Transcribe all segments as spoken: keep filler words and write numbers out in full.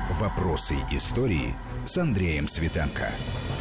Вопросы истории с Андреем Светенко.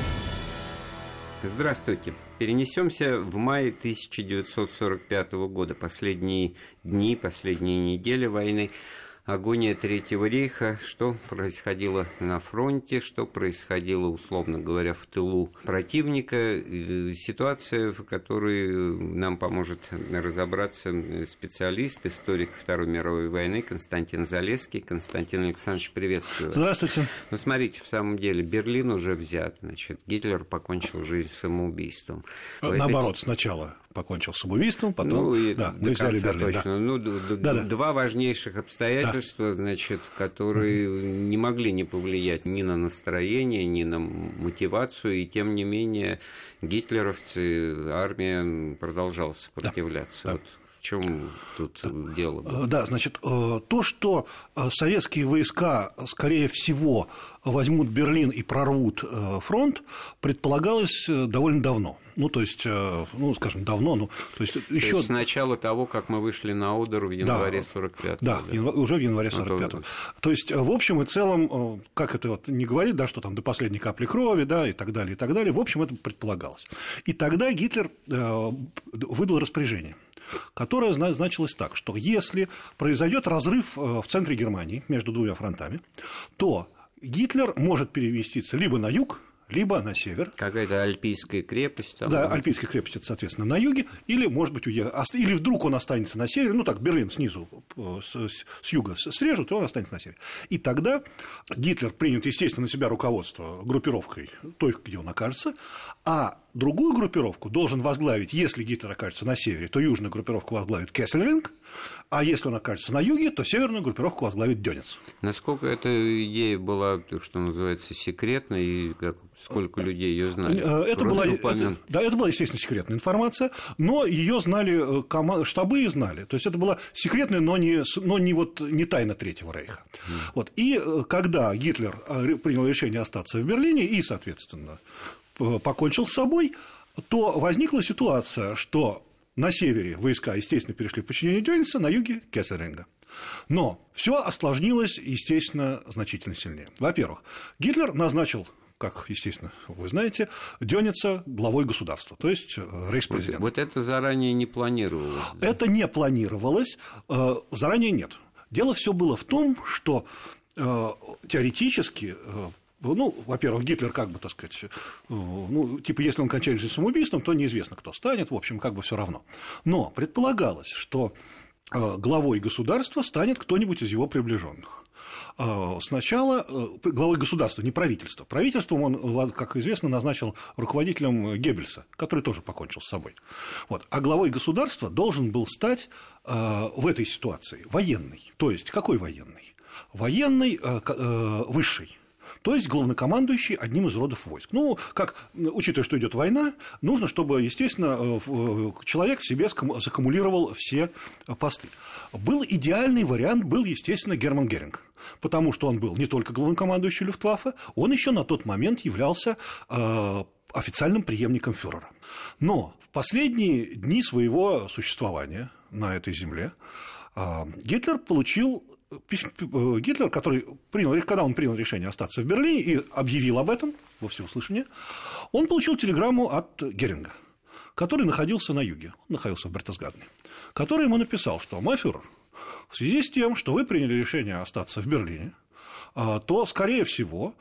Здравствуйте. Перенесемся в май тысяча девятьсот сорок пятого года. Последние дни, последние недели войны. Агония Третьего рейха, что происходило на фронте, что происходило, условно говоря, в тылу противника. Ситуация, в которой нам поможет разобраться специалист, историк Второй мировой войны Константин Залесский. Константин Александрович, приветствую вас. Здравствуйте. Ну, смотрите, в самом деле, Берлин уже взят, значит, Гитлер покончил жизнь самоубийством. Наоборот, это... сначала покончил самоубийством, потом ну, и да, мы взяли Берлин. Точно. Да. Ну, да, да. Два важнейших обстоятельства, да. значит, которые угу. не могли не повлиять ни на настроение, ни на мотивацию, и тем не менее гитлеровцы, армия продолжала сопротивляться. Да. Вот в чем тут да. дело было? Да, значит, то, что советские войска, скорее всего, возьмут Берлин и прорвут фронт, предполагалось довольно давно. Ну, то есть, ну, скажем, давно, ну, то есть, еще... То есть с начала того, как мы вышли на Одер в январе да, сорок пятого. Да, да, уже в январе сорок пятого. А, то есть, в общем и целом, как это вот не говорит, да, что там до последней капли крови, да, и так далее, и так далее, в общем, это предполагалось. И тогда Гитлер выдал распоряжение, которое значилось так, что если произойдет разрыв в центре Германии между двумя фронтами, то Гитлер может переместиться либо на юг, либо на север. Какая-то альпийская крепость. Там, да, альпийская крепость, это, соответственно, на юге, или, может быть, уехать, или вдруг он останется на севере, ну, так, Берлин снизу, с, с юга срежут, и он останется на севере. И тогда Гитлер примет, естественно, на себя руководство группировкой той, где он окажется, а другую группировку должен возглавить, если Гитлер окажется на севере, то южную группировку возглавит Кессельринг, а если он окажется на юге, то северную группировку возглавит Дёнец. Насколько эта идея была, что называется, секретной, и сколько людей ее знали? Это была, это, да, это была, естественно, секретная информация, но ее знали, команд... штабы знали. То есть это была секретная, но не, но не, вот, не тайна Третьего рейха. Mm. Вот. И когда Гитлер принял решение остаться в Берлине и, соответственно, покончил с собой, то возникла ситуация, что на севере войска, естественно, перешли в подчинение Дёница, на юге – Кессельринга. Но все осложнилось, естественно, значительно сильнее. Во-первых, Гитлер назначил, как, естественно, вы знаете, Дёница главой государства, то есть рейхспрезидентом. Вот это заранее не планировалось? Да? Это не планировалось, заранее нет. Дело все было в том, что теоретически... Ну, во-первых, Гитлер, как бы, так сказать, ну, типа, если он кончает жизнь самоубийством, то неизвестно, кто станет, в общем, как бы все равно. Но предполагалось, что главой государства станет кто-нибудь из его приближенных. Сначала главой государства, не правительства. Правительством он, как известно, назначил руководителем Геббельса, который тоже покончил с собой. Вот. А главой государства должен был стать в этой ситуации военный. То есть, какой военный? Военный высший. То есть главнокомандующий одним из родов войск. Ну, как, учитывая, что идет война, нужно, чтобы, естественно, человек в себе заккумулировал все посты. Был идеальный вариант, был, естественно, Герман Геринг, потому что он был не только главнокомандующий Люфтваффе, он еще на тот момент являлся официальным преемником фюрера. Но в последние дни своего существования на этой земле Гитлер получил... Гитлер, который принял, когда он принял решение остаться в Берлине и объявил об этом во всеуслышание, он получил телеграмму от Геринга, который находился на юге, он находился в Бертесгадене, который ему написал, что «Мой фюрер, в связи с тем, что вы приняли решение остаться в Берлине, то, скорее всего,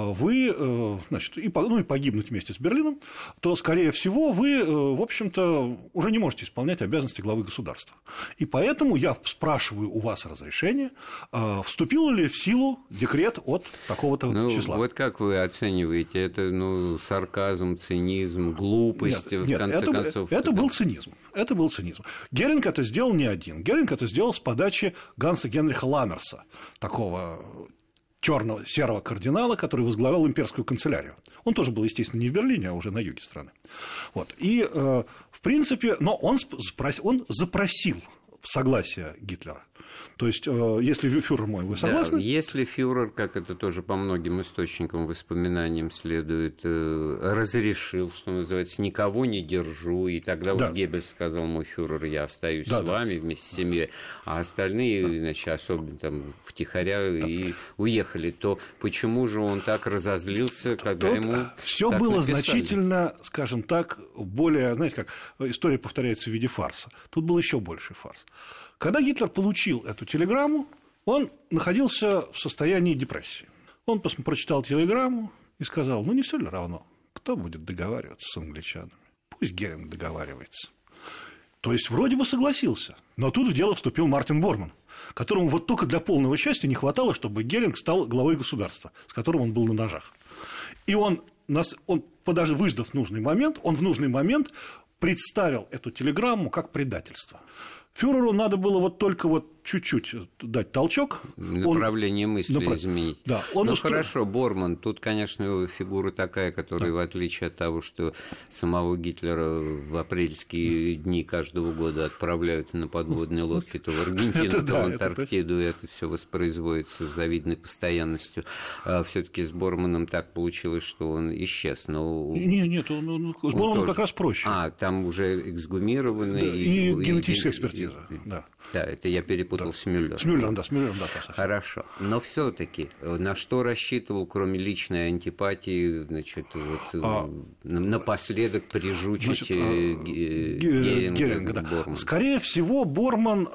вы, значит, и, ну, и погибнуть вместе с Берлином, то, скорее всего, вы, в общем-то, уже не можете исполнять обязанности главы государства. И поэтому я спрашиваю у вас разрешение, вступил ли в силу декрет от такого-то ну, числа. Вот как вы оцениваете? Это, ну, сарказм, цинизм, глупость, нет, в нет, конце это, концов? Это был цинизм. Это был цинизм. Геринг это сделал не один. Геринг это сделал с подачи Ганса Генриха Ламмерса, такого черного, серого кардинала, который возглавлял имперскую канцелярию. Он тоже был, естественно, не в Берлине, а уже на юге страны. Вот. И, э, в принципе, но он, спрос, он запросил согласие Гитлера То есть, если фюрер мой, вы согласны? Да, если фюрер, как это тоже по многим источникам, воспоминаниям следует, разрешил, что называется, никого не держу, и тогда да. вот Геббельс сказал, мой фюрер, я остаюсь да, с вами да. вместе с семьей, а остальные, да. иначе особенно там втихаря да. и уехали, то почему же он так разозлился, когда Тут ему все было написали? Значительно, скажем так, более, знаете, как история повторяется в виде фарса. Тут был еще больший фарс. Когда Гитлер получил эту телеграмму, он находился в состоянии депрессии. Он прочитал телеграмму и сказал, ну не все ли равно, кто будет договариваться с англичанами? Пусть Геринг договаривается. То есть вроде бы согласился. Но тут в дело вступил Мартин Борман, которому вот только для полного счастья не хватало, чтобы Геринг стал главой государства, с которым он был на ножах. И он, он подожди, выждав нужный момент, он в нужный момент представил эту телеграмму как предательство. Фюреру надо было вот только вот чуть-чуть дать толчок. Направление он... мысли Направ... изменить. Да, он ну, устро... хорошо, Борман. Тут, конечно, фигура такая, которая, да. в отличие от того, что самого Гитлера в апрельские дни каждого года отправляют на подводные лодки то в Аргентину, то в Антарктиду, и это все воспроизводится с завидной постоянностью. А все-таки с Борманом так получилось, что он исчез. Но... Нет, нет, он, он, с Борманом тоже... как раз проще. А, там уже эксгумированы. Да, и, и генетическая и... экспертиза. И... Да. Да, это я перепутал да. с Мюллером. С Мюллером, да, с Мюллером, да. Хорошо. Но все-таки на что рассчитывал, кроме личной антипатии, значит, вот а, напоследок прижучить значит, Геринга, Геринга да. Бормана? Скорее всего, Борман,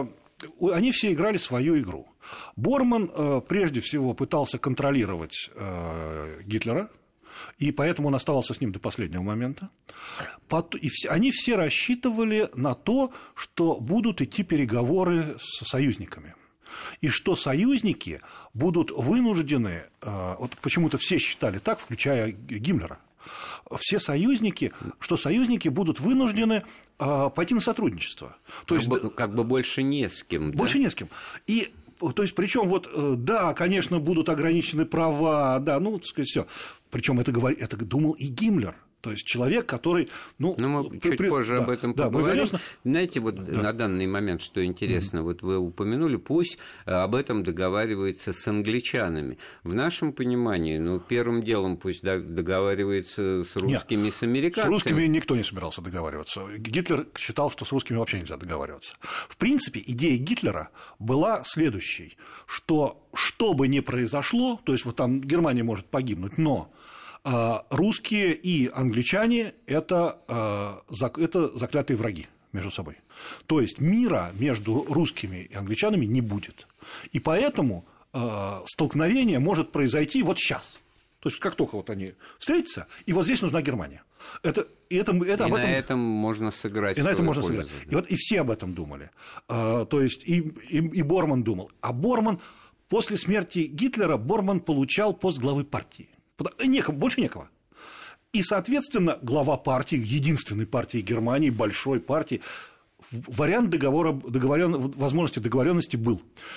они все играли свою игру. Борман прежде всего пытался контролировать Гитлера, и поэтому он оставался с ним до последнего момента. И все, они все рассчитывали на то, что будут идти переговоры с союзниками. И что союзники будут вынуждены, вот почему-то все считали так, включая Гиммлера, все союзники, что союзники будут вынуждены пойти на сотрудничество. То как, есть, бы, как бы больше не с кем. Больше да? не с кем. И то есть, причем вот, да, конечно, будут ограничены права, да, ну, так сказать, все. Причем это, говор... это думал и Гиммлер. То есть человек, который... Ну, ну мы при... чуть позже да, об этом да, поговорим. Да, знаете, вот да. на данный момент, что интересно, mm-hmm. вот вы упомянули, пусть об этом договаривается с англичанами. В нашем понимании, ну, первым делом пусть договаривается с русскими, Нет, с американцами. С русскими никто не собирался договариваться. Гитлер считал, что с русскими вообще нельзя договариваться. В принципе, идея Гитлера была следующей, что что бы ни произошло, то есть вот там Германия может погибнуть, но... русские и англичане – это, это заклятые враги между собой. То есть мира между русскими и англичанами не будет. И поэтому столкновение может произойти вот сейчас. То есть как только вот они встретятся, и вот здесь нужна Германия. Это, и это, это и об этом... на этом можно сыграть. И на этом можно пользу. сыграть. И, вот, и все об этом думали. То есть и, и, и Борман думал. А Борман после смерти Гитлера Борман получал пост главы партии. Некого, больше некого. И, соответственно, глава партии, единственной партии Германии, большой партии, вариант договора, договорен, возможности договоренности был.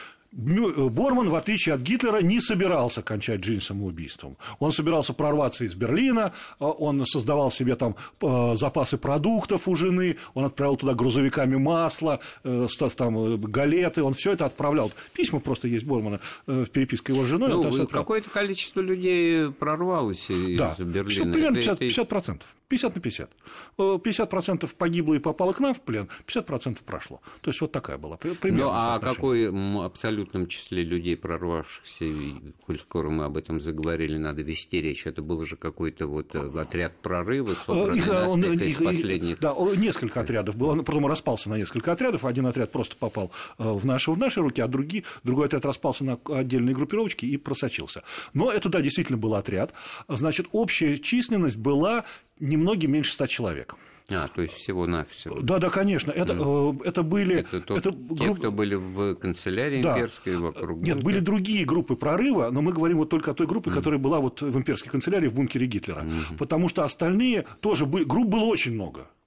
Борман, в отличие от Гитлера, не собирался кончать жизнь самоубийством. Он собирался прорваться из Берлина, он создавал себе там запасы продуктов у жены, он отправил туда грузовиками масла, там, галеты, он все это отправлял. Письма просто есть Бормана, переписка его с женой. Ну, какое-то количество людей прорвалось из да, Берлина. Примерно пятьдесят процентов. пятьдесят на пятьдесят. пятьдесят процентов погибло и попало к нам в плен, пятьдесят процентов прошло. То есть вот такая была примерно. Ну, а о какой абсолютном числе людей, прорвавшихся, коль скоро мы об этом заговорили, надо вести речь? Это был же какой-то вот отряд прорыва, собранный их, он, из последних... Да, несколько отрядов было, потом распался на несколько отрядов. Один отряд просто попал в наши, в наши руки, а другие, другой отряд распался на отдельные группировочки и просочился. Но это, да, действительно был отряд. Значит, общая численность была немногим меньше ста человек. А, то есть всего-навсего. Да, да, конечно. Это, mm. это были... Это, тот, это групп... Те, кто были в канцелярии да. имперской вокруг... Нет, были другие группы прорыва, но мы говорим вот только о той группе, mm. которая была вот в имперской канцелярии в бункере Гитлера. Mm. Потому что остальные тоже были... Групп было очень много.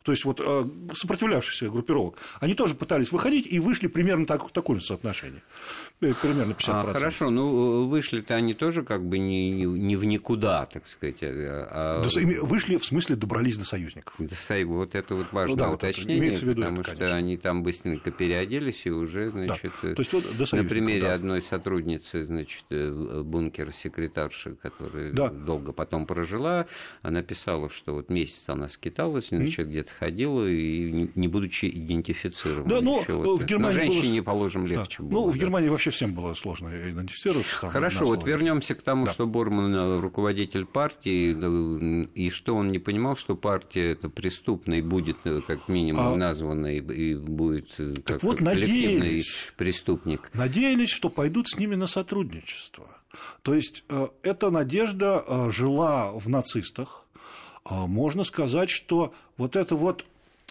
то есть вот сопротивлявшихся группировок, они тоже пытались выходить и вышли примерно так, такое же соотношение, примерно пятьдесят процентов. А, хорошо, ну вышли-то они тоже как бы не, не в никуда, так сказать. А... Да, вышли в смысле добрались до союзников. Вот это вот важное ну, да, уточнение, вот виду потому это, что они там быстренько переоделись и уже, значит, да. То есть, вот, на примере да. одной сотрудницы, значит, бункер-секретарши, которая да. долго потом прожила, она писала, что вот месяц она скиталась, значит, mm-hmm. где-то ходила и не будучи идентифицирована. Да, но, вот. в Германии но женщине, было... положим, легче да. было. Ну, в да. Германии вообще всем было сложно идентифицироваться. Хорошо, вот вернемся к тому, да. что Борман руководитель партии, и что он не понимал, что партия это преступная и будет как минимум а... названа, и, и будет как, вот как коллективный надеялись, преступник. Надеялись, что пойдут с ними на сотрудничество. То есть эта надежда жила в нацистах. Можно сказать, что вот это вот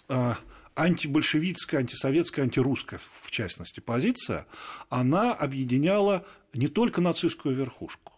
антибольшевистская, антисоветская, антирусская, в частности, позиция, она объединяла не только нацистскую верхушку.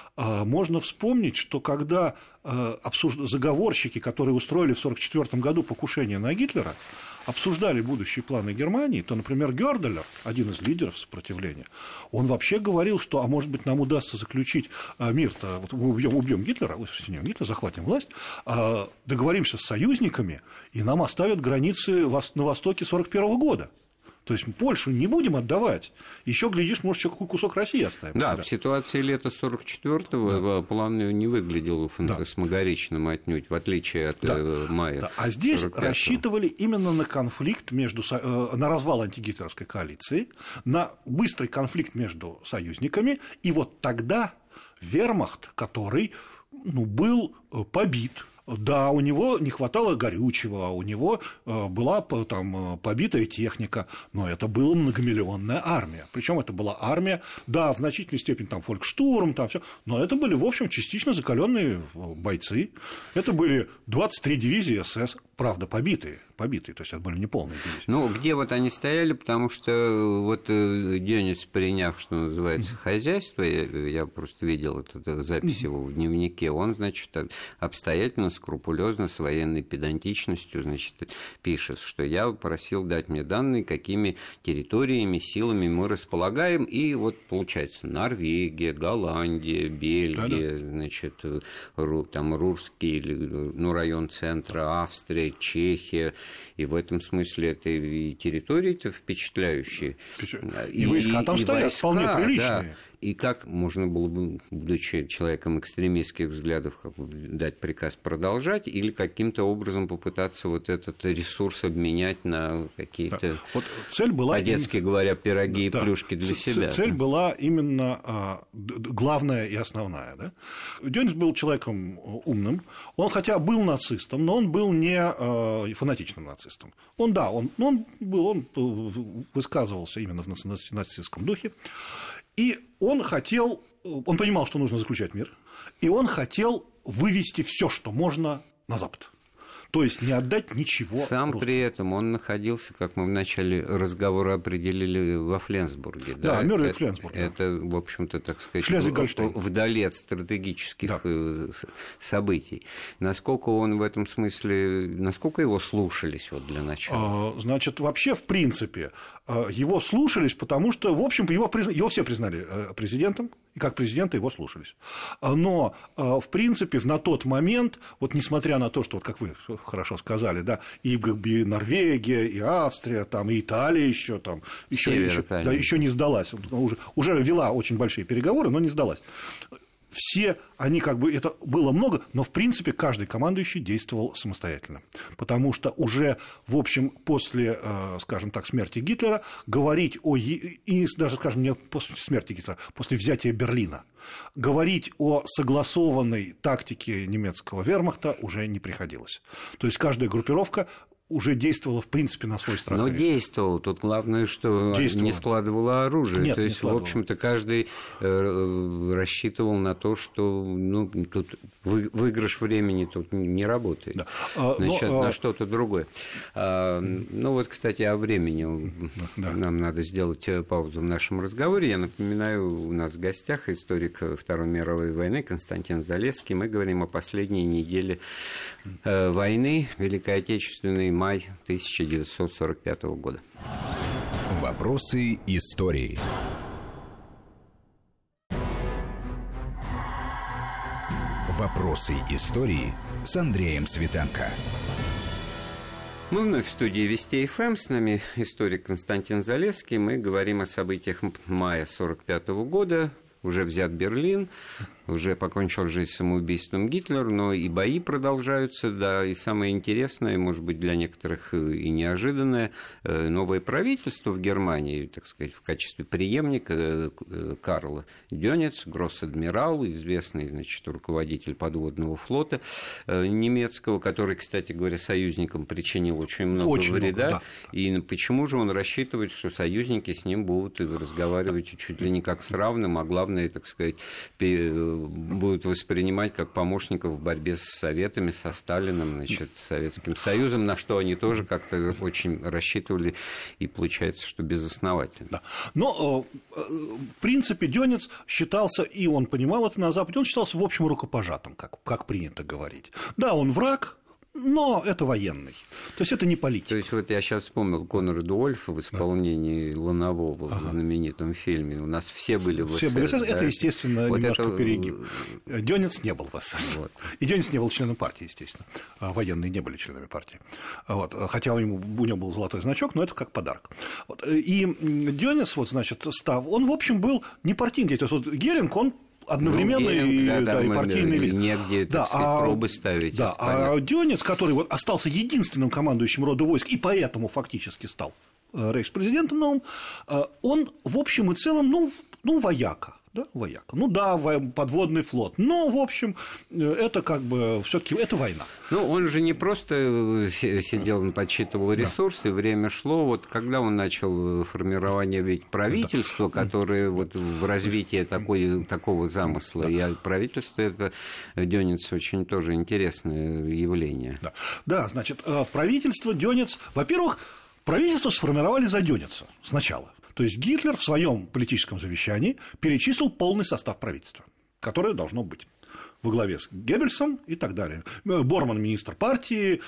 Можно вспомнить, что когда обсуж... заговорщики, которые устроили в сорок четвёртом году покушение на Гитлера, обсуждали будущие планы Германии, то, например, Гёрделер, один из лидеров сопротивления, он вообще говорил, что, а может быть, нам удастся заключить мир-то, вот мы убьем, убьем Гитлера, снесем Гитлера, захватим власть, договоримся с союзниками, и нам оставят границы на востоке сорок первого года. То есть Польшу не будем отдавать. Еще, глядишь, может, еще какой кусок России оставим. Да, да. В ситуации лета сорок четвёртого да. план не выглядел фантасмагоричным да. отнюдь, в отличие от да. мая. Да. А здесь рассчитывали именно на конфликт между, на развал антигитлеровской коалиции, на быстрый конфликт между союзниками, и вот тогда вермахт, который ну, был побит. Да, у него не хватало горючего, у него была там побитая техника, но это была многомиллионная армия. Причем это была армия, да, в значительной степени там фолькштурм, там все, но это были, в общем, частично закаленные бойцы. Это были двадцать три дивизии СС, правда, побитые, побитые, то есть это были неполные дивизии. Ну, где вот они стояли, потому что вот Дёнец, приняв, что называется, хозяйство, я, я просто видел эту запись его в дневнике, он, значит, обстоятельно, скрупулезно, с военной педантичностью, значит, пишет, что я просил дать мне данные, какими территориями, силами мы располагаем, и вот получается Норвегия, Голландия, Бельгия, да-да. значит, там Рурский, ну, район центра, Австрия, Чехия, и в этом смысле это и территории-то впечатляющие. И, и войска там и стоят войска, вполне приличные. Да. И как можно было бы, будучи человеком экстремистских взглядов, как бы дать приказ продолжать или каким-то образом попытаться вот этот ресурс обменять на какие-то, да. вот цель была по-детски им... говоря, пироги да. и плюшки для Ц- себя. Цель да. была именно а, главная и основная. Да? Дёнец был человеком умным, он хотя был нацистом, но он был не а, фанатичным нацистом. Он, да, он, он, был, он высказывался именно в нацистском духе. И он хотел, он понимал, что нужно заключать мир, и он хотел вывести все, что можно, на Запад. То есть не отдать ничего. Сам русским. При этом он находился, как мы в начале разговора определили, во Фленсбурге. Да, да? Мюррей это, Фленсбург. Да. Это, в общем-то, так сказать, Шлезвиг-Гольштейн. вдали от стратегических да. событий. Насколько он в этом смысле, насколько его слушались вот для начала? Значит, вообще, в принципе, его слушались, потому что, в общем, его, призна... его все признали президентом, и как президента его слушались. Но, в принципе, на тот момент, вот несмотря на то, что, вот как вы хорошо сказали, да, и, и Норвегия, и Австрия, там, и Италия еще, там, еще, еще, да, еще не сдалась, уже, уже вела очень большие переговоры, но не сдалась. Все они как бы, это было много, но, в принципе, каждый командующий действовал самостоятельно. Потому что уже, в общем, после, скажем так, смерти Гитлера, говорить о... И даже, скажем, не после смерти Гитлера, после взятия Берлина, говорить о согласованной тактике немецкого вермахта уже не приходилось. То есть каждая группировка уже действовала, в принципе, на свой страх. Но действовала. Тут главное, что не складывала оружие. Нет, то есть, в общем-то, каждый э, рассчитывал на то, что ну, тут вы, выигрыш времени тут не работает. Да. Значит, Но, на а... что-то другое. А, ну вот, кстати, о времени. Да. Нам надо сделать паузу в нашем разговоре. Я напоминаю, у нас в гостях историк Второй мировой войны Константин Залесский. Мы говорим о последней неделе э, войны, Великой Отечественной, май тысяча девятьсот сорок пятого года. Вопросы истории. Вопросы истории с Андреем Светенко. Мы вновь в студии Вести эф эм. С нами историк Константин Залесский. Мы говорим о событиях мая сорок пятого года. Уже взят Берлин, уже покончил жизнь самоубийством Гитлер, но и бои продолжаются, да, и самое интересное, может быть, для некоторых и неожиданное, новое правительство в Германии, так сказать, в качестве преемника Карла Дёнец, гросс-адмирал, известный, значит, руководитель подводного флота немецкого, который, кстати говоря, союзникам причинил очень много очень вреда, много, да. И почему же он рассчитывает, что союзники с ним будут разговаривать чуть ли не как с равным, а главное, так сказать, будут воспринимать как помощников в борьбе с Советами, со Сталиным, значит, Советским Союзом, на что они тоже как-то очень рассчитывали, и получается, что безосновательно. Да. Но, в принципе, Дёнец считался, и он понимал это на Западе, он считался, в общем, рукопожатым, как, как принято говорить. Да, он враг, но это военный. То есть это не политик. То есть вот я сейчас вспомнил Конрада Вольфа в исполнении да. Ланового ага. в знаменитом фильме. У нас все были в СС. Все были в СС. Да? Это, естественно, вот немножко это... перегиб. Дёнец не был в СС. Вот. И Дёнец не был членом партии, естественно. Военные не были членами партии. Вот. Хотя у него, у него был золотой значок, но это как подарок. Вот. И Дёнец, вот, значит, став, он, в общем, был не партийный. То есть вот Геринг, он одновременно ну, Геринг, и, да, да, и партийный лидер. Негде, так да, сказать, а, пробы ставить. Да, а Дёнец, который вот остался единственным командующим рода войск и поэтому фактически стал рейхспрезидентом новым, он в общем и целом, ну, ну вояка. Да, вояка. Ну да, подводный флот. Но, в общем, это как бы все-таки это война. Ну, он же не просто сидел, он подсчитывал ресурсы, да. Время шло. Вот когда он начал формирование ведь правительства, да. которое вот в развитии такой, такого замысла, да. и правительство это Дёнец очень тоже интересное явление. Да, да, значит, правительство Дёнец, во-первых, правительство сформировали за Дёнеца сначала. То есть Гитлер в своем политическом завещании перечислил полный состав правительства, которое должно быть во главе с Геббельсом и так далее. Борман министр партии,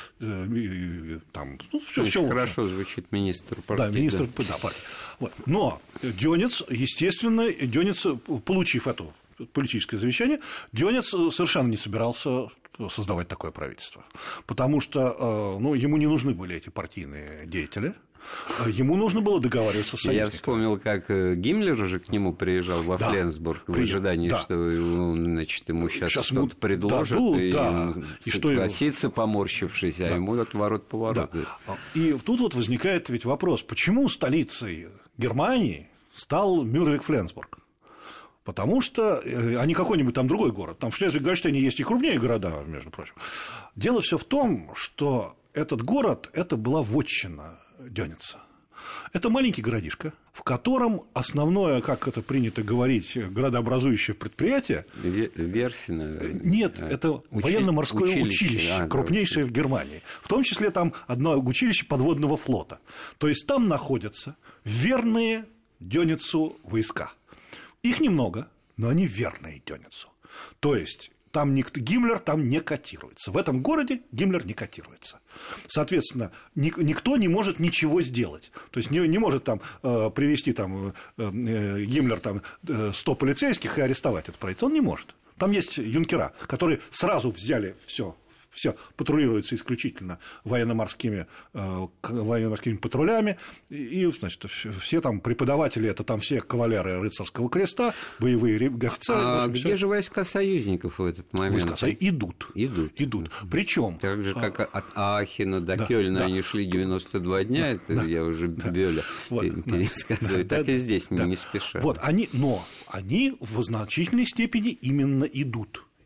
там, ну, всё, всё хорошо звучит министр партии. Да, министр да. Да, партии. Вот. Но Дёнец, естественно, Дёнец, получив это политическое завещание, Дёнец совершенно не собирался создавать такое правительство, потому что ну, ему не нужны были эти партийные деятели. Ему нужно было договариваться с союзниками. Я вспомнил, как Гиммлер уже к нему приезжал во да, Фленсбург в ожидании, да. что значит, ему сейчас, сейчас что-то предложат, да, и, да. и согласится, что... поморщившись, да. а ему отворот-поворот. Да. И тут вот возникает ведь вопрос, почему столицей Германии стал Мюрвик-Фленсбург? Потому что, а не какой-нибудь там другой город. Там в Шлезвиг-Гольштейне есть и крупнее города, между прочим. Дело все в том, что этот город – это была вотчина Дёнеца. Это маленький городишко, в котором основное, как это принято говорить, градообразующее предприятие... Верфина? Нет, а, это учи... военно-морское училище, училище а, крупнейшее да, в Германии. В том числе там одно училище подводного флота. То есть там находятся верные Дёнецу войска. Их немного, но они верные Дёнецу. То есть... Там никто, Гиммлер там не котируется. В этом городе Гиммлер не котируется. Соответственно, никто не может ничего сделать. То есть, не, не может там, э, привести там, э, Гиммлер там, сто полицейских и арестовать это правительство. Он не может. Там есть юнкера, которые сразу взяли все. Все патрулируется исключительно военно-морскими, э, военно-морскими патрулями, и, значит, все там преподаватели, это там все кавалеры рыцарского креста, боевые офицеры. А общем, где все... же войска союзников в этот момент? Войска идут. Идут. идут. Причем так же, как от Аахена до да, Кёльна да. они шли девяносто два дня, да, это да, я уже да. Бёля вот, пересказываю, да, так да, и здесь да. не спеша. Вот, они, но они в значительной степени именно идут.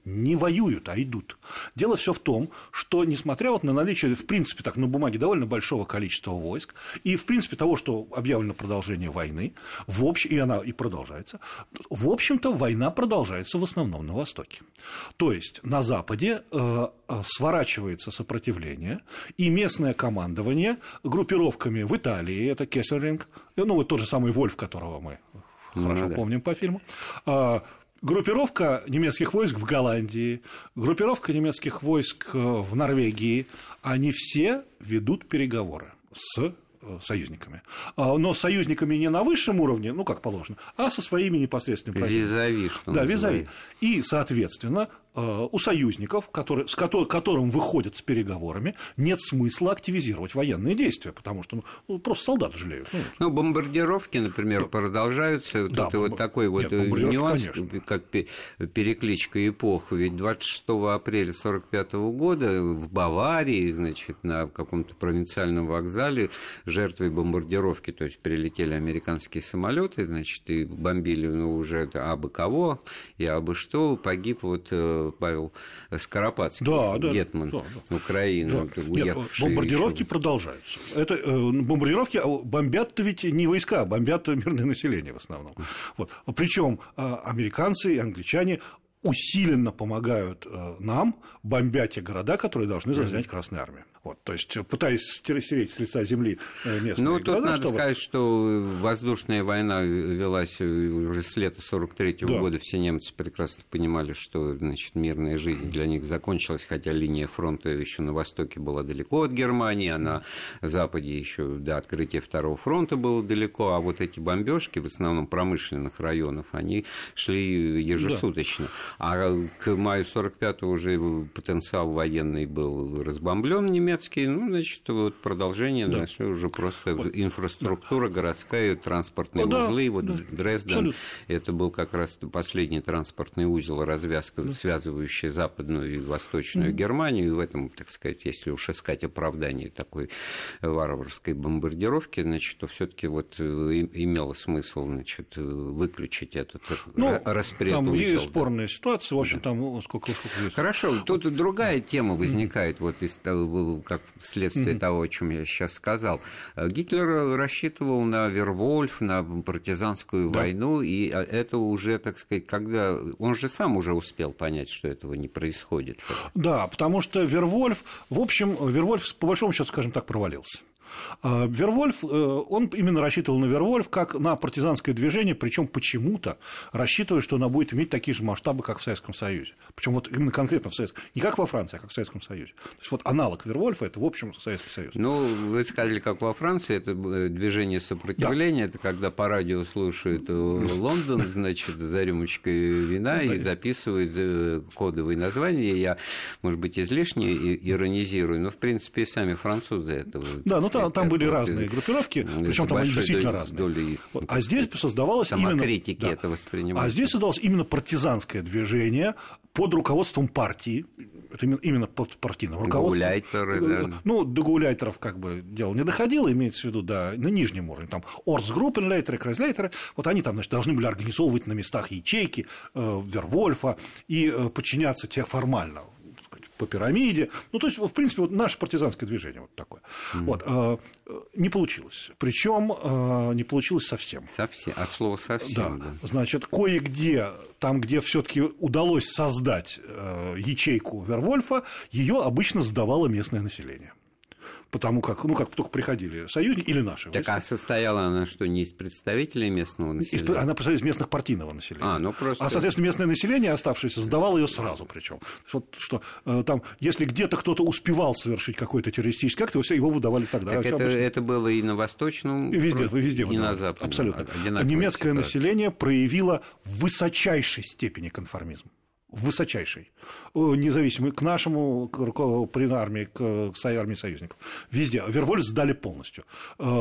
не воюют, а идут. Дело все в том, что, несмотря вот на наличие, в принципе, так, на бумаге довольно большого количества войск, и, в принципе, того, что объявлено продолжение войны, в общем, и она и продолжается, в общем-то, война продолжается в основном на Востоке. То есть на Западе э, сворачивается сопротивление, и местное командование группировками в Италии, это Кессельринг, ну, вот тот же самый Вольф, которого мы хорошо ну, да. помним по фильму, э, группировка немецких войск в Голландии, группировка немецких войск в Норвегии, они все ведут переговоры с союзниками. Но союзниками не на высшем уровне, ну, как положено, а со своими непосредственными противниками. Визави, что Да, называется. визави. И, соответственно, у союзников, которые, с которым выходят с переговорами, нет смысла активизировать военные действия, потому что ну, просто солдаты жалеют. Ну, ну бомбардировки, например, да. продолжаются. Да, это бомб... вот такой вот Нет, нюанс, конечно. Как перекличка эпох. Ведь двадцать шестого апреля сорок пятого года в Баварии, значит, на каком-то провинциальном вокзале жертвой бомбардировки, то есть прилетели американские самолеты, значит, и бомбили ну, уже абы кого и абы что, погиб вот Павел Скоропадский, да, да, гетман да, да. Украины. Да. Нет, бомбардировки еще... продолжаются. Это, э, бомбардировки бомбят-то ведь не войска, а бомбят мирное население в основном. Вот. Причем э, американцы и англичане усиленно помогают э, нам бомбять те города, которые должны занять Красная Армия. Вот, то есть, пытаясь стереть с лица земли местные Ну, города. тут надо чтобы... сказать, что воздушная война велась уже с лета сорок третьего да. года. Все немцы прекрасно понимали, что значит, мирная жизнь для них закончилась, хотя линия фронта еще на востоке была далеко от Германии, а на западе еще до открытия Второго фронта было далеко. А вот эти бомбежки, в основном промышленных районов, они шли ежесуточно. Да. А к маю сорок пятого уже потенциал военный был разбомблен немецкий. Ну, значит, вот продолжение, да. значит, уже просто вот. инфраструктура да. городская, транспортные ну, узлы. Да, вот да. Дрезден, абсолютно. Это был как раз последний транспортный узел, развязка, да. связывающая западную и восточную mm-hmm. Германию. И в этом, так сказать, если уж искать оправдание такой варварской бомбардировки, значит, то все-таки вот имело смысл, значит, выключить этот ну, распред там узел. Там есть да. спорная ситуация, в общем, там сколько, сколько есть. Хорошо, тут другая тема возникает, вот из того, как следствие mm-hmm. того, о чем я сейчас сказал. Гитлер рассчитывал на Вервольф, на партизанскую да. войну, и это уже, так сказать, когда... Он же сам уже успел понять, что этого не происходит. Да, потому что Вервольф, в общем, Вервольф, по большому счету, скажем так, провалился. Вервольф, он именно рассчитывал на Вервольф как на партизанское движение, причем почему-то рассчитывая, что она будет иметь такие же масштабы, как в Советском Союзе. Причем вот именно конкретно в Советском, не как во Франции, а как в Советском Союзе. То есть вот аналог Вервольфа – это в общем Советский Союз. Ну, вы сказали, как во Франции, это движение сопротивления, да. это когда по радио слушают Лондон, значит, за рюмочкой вина и записывают кодовые названия. Я, может быть, излишне иронизирую, но в принципе и сами французы этого. Да, ну там Там были разные группировки, причем там они действительно доли, разные. Доли... Вот. А здесь создавалось именно... Да, это воспринимается. А здесь создавалось именно партизанское движение под руководством партии, это именно под партийным руководством. Гауляйтеры, да. Ну, до гауляйтеров как бы дело не доходило, имеется в виду, да, на нижнем уровне. Там Орсгруппенлейтеры, Крайзлейтеры, вот они там, значит, должны были организовывать на местах ячейки э, Вервольфа и э, подчиняться тех формально по пирамиде. Ну, то есть, в принципе, вот наше партизанское движение вот такое. Mm. Вот, э, не получилось. Причем э, не получилось совсем. Совсем. От слова совсем. Да. Да. Значит, кое-где, там, где все-таки удалось создать э, ячейку Вервольфа, ее обычно сдавало местное население. Потому как, ну, как только приходили союзники или наши. Так, войска. А состояла она что, не из представителей местного населения? Из, она состояла из местных партийного населения. А, ну просто... а, соответственно, местное население, оставшееся, сдавало ее сразу причем. Вот, что э, там, если где-то кто-то успевал совершить какой-то террористический акт, его выдавали тогда. Так это, это было и на Восточном, и везде, и везде и на Западном. Абсолютно. Немецкое ситуация. Население проявило в высочайшей степени конформизм. Высочайший, независимый к нашему, к армии, к армии союзников. Везде. Вервольф сдали полностью.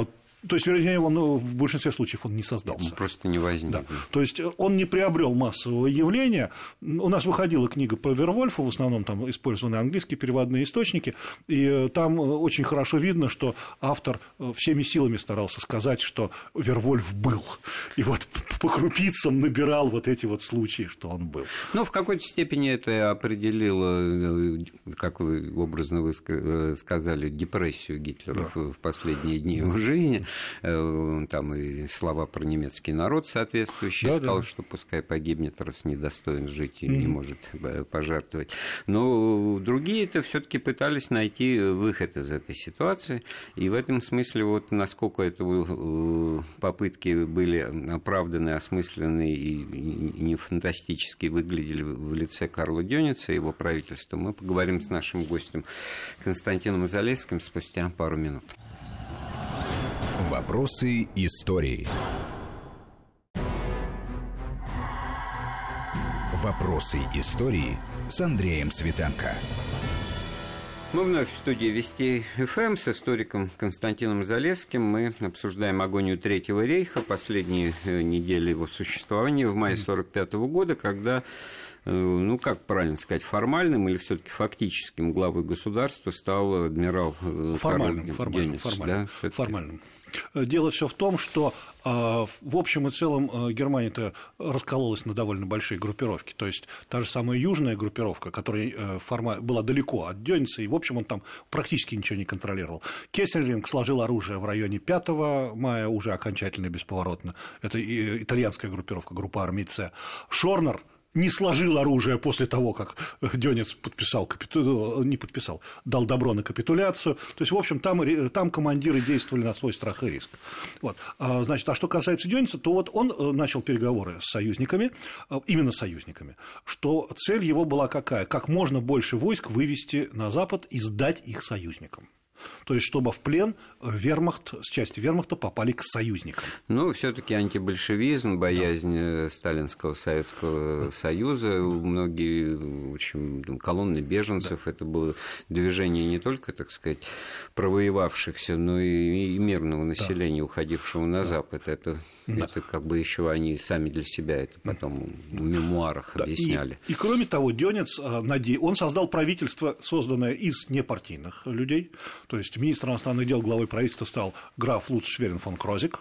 То есть, вернее, он, ну, в большинстве случаев он не создался. Он просто не возник. Да. То есть он не приобрел массового явления. У нас выходила книга по Вервольфу, в основном там использованы английские переводные источники, и там очень хорошо видно, что автор всеми силами старался сказать, что Вервольф был. И вот по крупицам набирал вот эти вот случаи, что он был. Ну, в какой-то степени это определило, как вы образно вы сказали, депрессию Гитлера да. в последние дни его жизни. Там и слова про немецкий народ соответствующие, да, сказал, да. что пускай погибнет, раз недостоин жить и mm-hmm. не может пожертвовать. Но другие-то все-таки пытались найти выход из этой ситуации, и в этом смысле, вот насколько это попытки были оправданы, осмысленны и не фантастически выглядели в лице Карла Дёница и его правительства, мы поговорим с нашим гостем Константином Залесским спустя пару минут. Вопросы истории. Вопросы истории с Андреем Светенко. Мы вновь в студии Вести эф эм с историком Константином Залесским. Мы обсуждаем агонию Третьего рейха, последние недели его существования в мае сорок пятого года, когда, ну, как правильно сказать, формальным или все-таки фактическим главой государства стал адмирал формальным, Карл формальным, Дёниц, формальным, да, формальным. Дело все в том, что в общем и целом Германия-то раскололась на довольно большие группировки. То есть та же самая южная группировка, которая была далеко от Дёница, и в общем он там практически ничего не контролировал. Кессельринг сложил оружие в районе пятого мая, уже окончательно бесповоротно. Это итальянская группировка, группа армий С. Шорнер не сложил оружие после того, как Дёниц подписал, капиту... не подписал, дал добро на капитуляцию. То есть, в общем, там, там командиры действовали на свой страх и риск. Вот. Значит, а что касается Дёница, то вот он начал переговоры с союзниками, именно с союзниками, что цель его была какая? Как можно больше войск вывести на Запад и сдать их союзникам. То есть, чтобы в плен вермахт, с части вермахта попали к союзникам. Ну, все-таки антибольшевизм, боязнь да. Сталинского Советского да. Союза, многие, в общем, колонны беженцев, да. это было движение не только, так сказать, провоевавшихся, но и мирного населения, да. уходившего на да. Запад. Это, да. это как бы еще они сами для себя это потом в мемуарах да. объясняли. И, и кроме того, Дёниц, он создал правительство, созданное из непартийных людей. То есть министр иностранных дел, главой правительства стал граф Луц Шверин фон Крозик.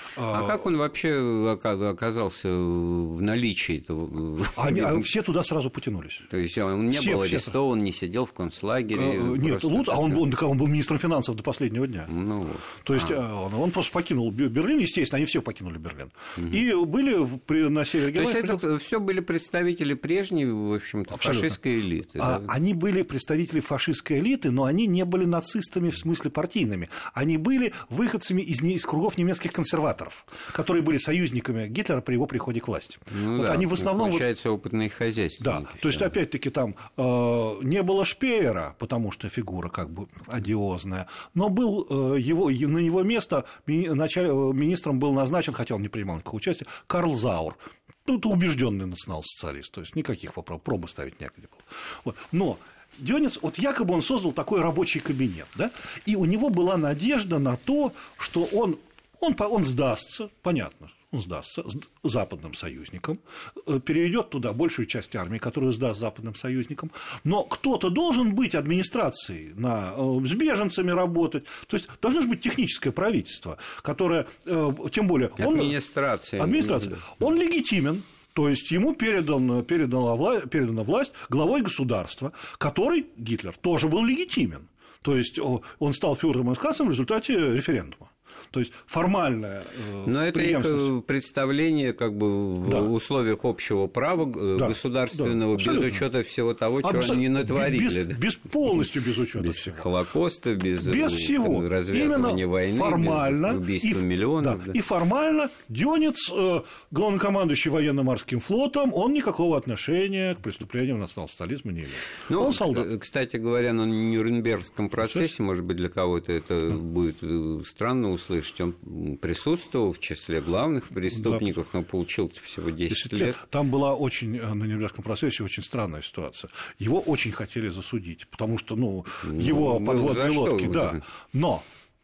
А как он вообще оказался в наличии? Они, а все туда сразу потянулись. То есть он не все, был арестован, все... не сидел в концлагере? Нет, Луц, а он, он, он был министром финансов до последнего дня. Ну, вот. То есть а. он, он просто покинул Берлин, естественно, они все покинули Берлин. Угу. И были на севере Германии. То есть это все были представители прежней, в общем-то, абсолютно. Фашистской элиты. А, да? Они были представители фашистской элиты, но они не были нацистами в смысле партийными. Они были выходцами из, из кругов немецких консерваторов, которые были союзниками Гитлера при его приходе к власти. Ну, вот да, они в основном получается, вот... опытные хозяйственники. Да, то есть, опять-таки, там э, не было Шпеера, потому что фигура как бы одиозная, но был э, его, на его место ми, началь, министром был назначен, хотя он не принимал никакого участия, Карл Заур. Ну, это убежденный национал-социалист, то есть никаких вопросов, пробы ставить некогда было. Вот. Но Дёниц, вот якобы он создал такой рабочий кабинет, да, и у него была надежда на то, что он Он, он сдастся, понятно, он сдастся западным союзникам, переведет туда большую часть армии, которую сдаст западным союзникам, но кто-то должен быть администрацией, на, с беженцами работать, то есть должно же быть техническое правительство, которое, тем более... Администрация. Он, администрация. Он легитимен. То есть ему передан, передана, вла, передана власть главой государства, который, Гитлер, тоже был легитимен. То есть он стал фюрером эс-кассом в результате референдума. То есть формальное э, но это их представление как бы в да. условиях общего права да. государственного, да. без учета всего того, чего Абсо... они натворили. Без, без, полностью без учета без всего. Холокоста, без, без всего. развязывания войны, формально, без убийства и, миллионов. Да, да. И формально Дёниц, э, главнокомандующий военно-морским флотом, он никакого отношения к преступлениям национал-социализма не имеет. Ну, он солдат. Кстати говоря, на Нюрнбергском процессе, может быть, для кого-то это будет странно услышать, он присутствовал в числе главных преступников, да. но получил всего десять лет. Там была очень, на Нюрнбергском процессе очень странная ситуация. Его очень хотели засудить, потому что ну, ну, его подводные лодки, да. Но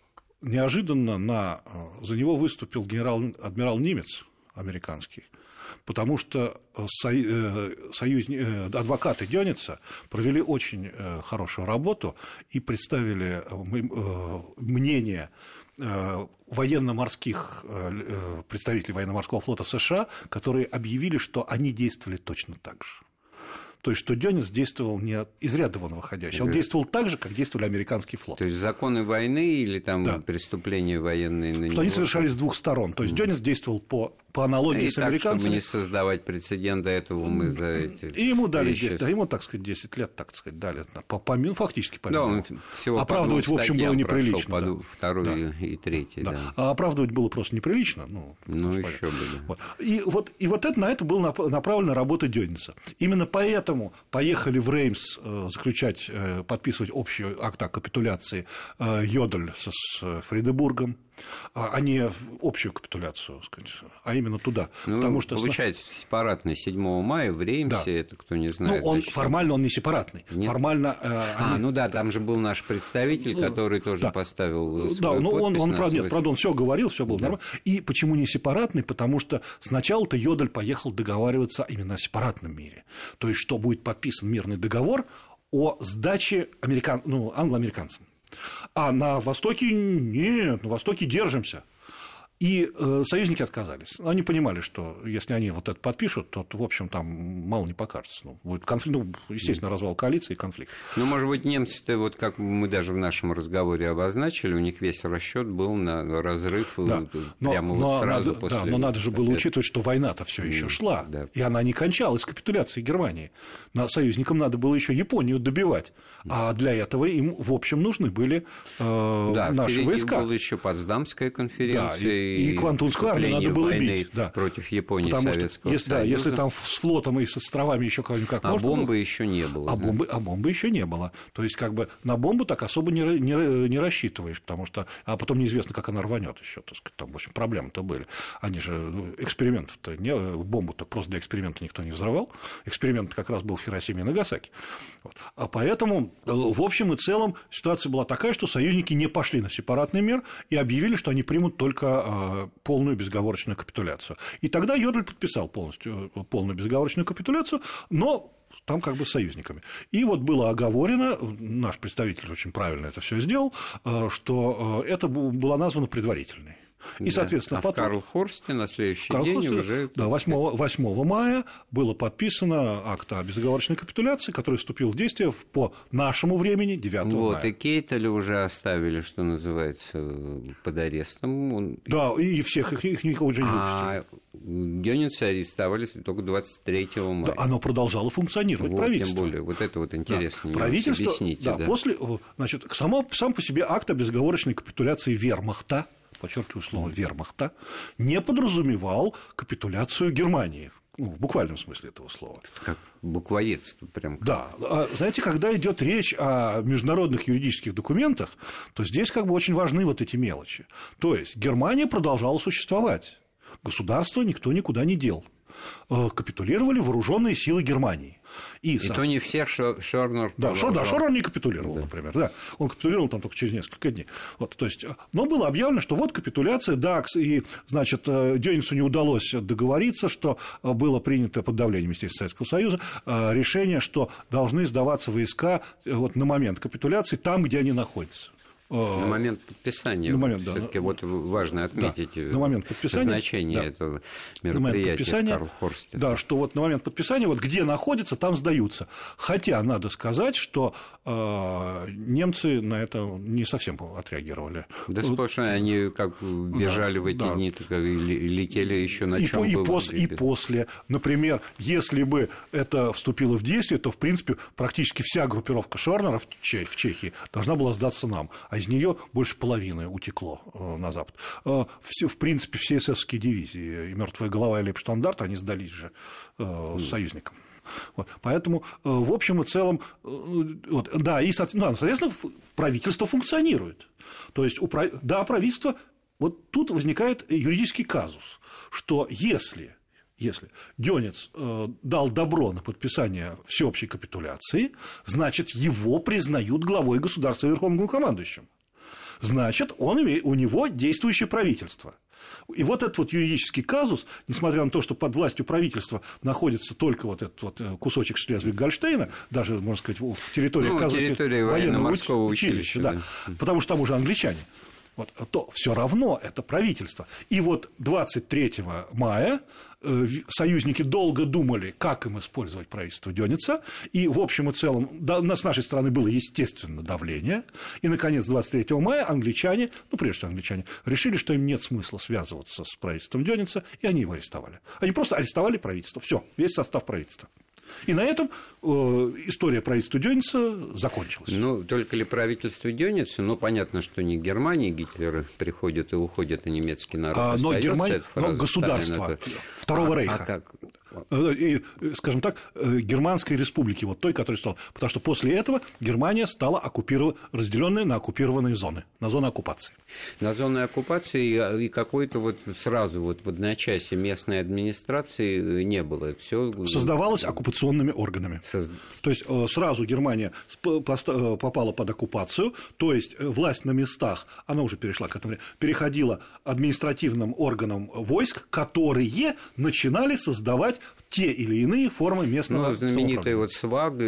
неожиданно на, за него выступил генерал-адмирал Нимец, американский, потому что союз, адвокаты Дёница провели очень хорошую работу и представили мнение военно-морских представителей военно-морского флота США, которые объявили, что они действовали точно так же. То есть, что Дёнец действовал не из ряда вон выходящий, он действовал так же, как действовали американский флот. То есть, законы войны или там да. преступления военные на него? Что они совершались с двух сторон. То есть, mm. Дёнец действовал по, по аналогии и с так, американцами. Чтобы не создавать прецедента этого, мы за эти... И ему дали десять, а ему, так сказать, десять лет, так сказать, дали. По, по, ну, фактически по минимуму. Да, он всего оправдывать, в общем, было неприлично. По да. вторую да. и третью, да. да. А оправдывать было просто неприлично. Ну, ну еще бы. Вот. И, вот, и вот это, на это была направлена работа Дёница. Именно поэтому поехали в Реймс заключать, подписывать общий акт о капитуляции Йодль с Фридебургом, а не общую капитуляцию, сказать, а именно туда. Ну, потому что... Получается, сепаратный седьмого мая в Реймсе, да. это кто не знает. Ну, он, зачем. формально он не сепаратный. Нет? Формально, э, а, они... ну да, там же был наш представитель, который тоже да. поставил свой Да, ну он, он правда, свой... нет, правда, он все говорил, все было да. нормально. И почему не сепаратный? Потому что сначала-то Йодль поехал договариваться именно о сепаратном мире. То есть, что будет подписан мирный договор о сдаче американ... ну, англо-американцам. А на Востоке нет, на Востоке держимся. И э, союзники отказались. Они понимали, что если они вот это подпишут, то, то в общем, там мало не покажется. Ну, будет конфликт, ну, естественно, развал коалиции и конфликт. Ну, может быть, немцы-то, вот как мы даже в нашем разговоре обозначили, у них весь расчет был на разрыв да. прямо но, вот но сразу надо, после... Да, но надо же было учитывать, что война-то все еще шла, да. и она не кончалась с капитуляцией Германии. На союзникам надо было еще Японию добивать, а для этого им, в общем, нужны были э, да, наши войска. Да, была еще Потсдамская конференция. Да, и... И Квантунскую армию надо было бить да. против Японии, потому Советского что, если, Союза. Да, если там с флотом и с островами еще как-нибудь как а можно бомбы было, еще не было. А, да? бомбы, а бомбы еще не было. То есть, как бы на бомбу так особо не, не, не рассчитываешь, потому что. А потом неизвестно, как она рванет еще. Так сказать, там, в общем, проблемы-то были. Они же экспериментов-то не. Бомбу-то просто для эксперимента никто не взрывал. Эксперимент как раз был в Хиросиме и Нагасаки. Вот. А поэтому, в общем и целом, ситуация была такая, что союзники не пошли на сепаратный мир и объявили, что они примут только полную безоговорочную капитуляцию. И тогда Йодль подписал полностью полную безоговорочную капитуляцию, но там как бы с союзниками. И вот было оговорено, наш представитель очень правильно это все сделал, что это была названа предварительной. И, соответственно, а потом... в Карлхорсте на следующий Карл день Хорсте, уже... Да, восьмого мая было подписано акт о безоговорочной капитуляции, который вступил в действие по нашему времени девятого вот, мая. И Кейтеля уже оставили, что называется, под арестом. Он... Да, и всех их, их никого уже не выпустили. А Дёница арестовали только двадцать третьего мая. Да, оно продолжало функционировать, вот, правительство. Тем более, вот это вот интересно. Да, правительство, объясните, да, да. После, значит, само, сам по себе акт о безоговорочной капитуляции вермахта, подчеркиваю слово вермахта, не подразумевал капитуляцию Германии. Ну, в буквальном смысле этого слова. Как буквоедство прям. Да. Знаете, когда идет речь о международных юридических документах, то здесь как бы очень важны вот эти мелочи. То есть Германия продолжала существовать. Государство никто никуда не дел. Капитулировали вооруженные силы Германии. И, и то не всех Шорнер. Да, Шор, да, Шорнер не капитулировал, да. например. Да. Он капитулировал там только через несколько дней. Вот, то есть, но было объявлено, что вот капитуляция, да, и, значит, Дёницу не удалось договориться, что было принято под давлением, естественно, Советского Союза решение, что должны сдаваться войска вот, на момент капитуляции там, где они находятся. На момент подписания. На момент, Всё-таки да. вот важно отметить да. на момент подписания, значение да. этого мероприятия в Карлхорсте. Да, что вот на момент подписания, вот где находятся, там сдаются. Хотя надо сказать, что э, немцы на это не совсем отреагировали. Да, сплошно они как бежали да, в эти да. дни, так, и летели еще на и, чем и, было. пос, и после, например, если бы это вступило в действие, то, в принципе, практически вся группировка Шорнера в Чехии должна была сдаться нам. А из нее больше половины утекло на запад. Все, в принципе, все эсэсовские дивизии, и «Мертвая голова» и «Лейбштандарт», они сдались же mm. союзникам. Вот. Поэтому, в общем и целом, вот, да, и, соответственно, правительство функционирует. То есть, у, да, правительство, вот тут возникает юридический казус, что если... Если Дёнец э, дал добро на подписание всеобщей капитуляции, значит, его признают главой государства и верховным главнокомандующим. значит, он имеет, у него действующее правительство. И вот этот вот юридический казус, несмотря на то, что под властью правительства находится только вот этот вот кусочек Шлезвиг-Гольштейна, даже, можно сказать, в территории, ну, территории военно-морского училища, училища, да, да. Потому что там уже англичане, вот, то все равно это правительство. И вот двадцать третьего мая союзники долго думали, как им использовать правительство Дёница, и в общем и целом да, с нашей стороны было естественно давление, и, наконец, двадцать третьего мая англичане, ну, прежде всего англичане, решили, что им нет смысла связываться с правительством Дёница, и они его арестовали. Они просто арестовали правительство, все, весь состав правительства. И на этом э, история правительства Дёница закончилась. Ну, только ли правительство Дёница? Ну, понятно, что не Германия, Гитлер приходит и уходит, и немецкий народ а, но Германия, но государство это... Второго а, Рейха. А как? И, скажем так, Германской республики, вот той, которая стала. Потому что после этого Германия стала оккупирована, разделенная на оккупированные зоны, на зоны оккупации. На зоны оккупации и какой-то вот сразу вот в одночасье местной администрации не было. Всё... Создавалось оккупационными органами. Соз... То есть сразу Германия попала под оккупацию, то есть власть на местах, она уже перешла к этому, переходила административным органам войск, которые начинали создавать те или иные формы местного самоуправления. Ну, знаменитые вот СВАГ,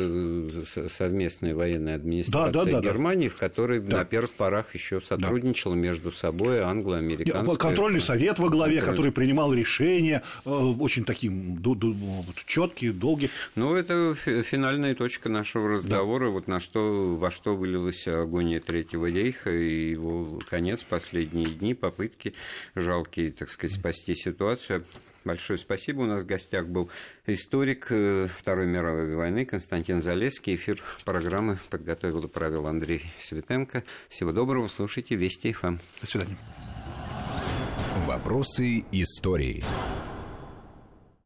это совместная военная администрация да, да, да, Германии, да. в которой да. на первых порах еще сотрудничала да. между собой англо-американская. Контрольный совет во главе, Контроль... который принимал решения, очень такие четкие, долгие. Ну, это финальная точка нашего разговора, да. вот на что, во что вылилась агония Третьего рейха и его конец, последние дни, попытки жалкие, так сказать, спасти ситуацию. Большое спасибо. У нас в гостях был историк Второй мировой войны Константин Залесский. Эфир программы подготовил и провел Андрей Светенко. Всего доброго. Слушайте Вести ФМ. До свидания. Вопросы истории.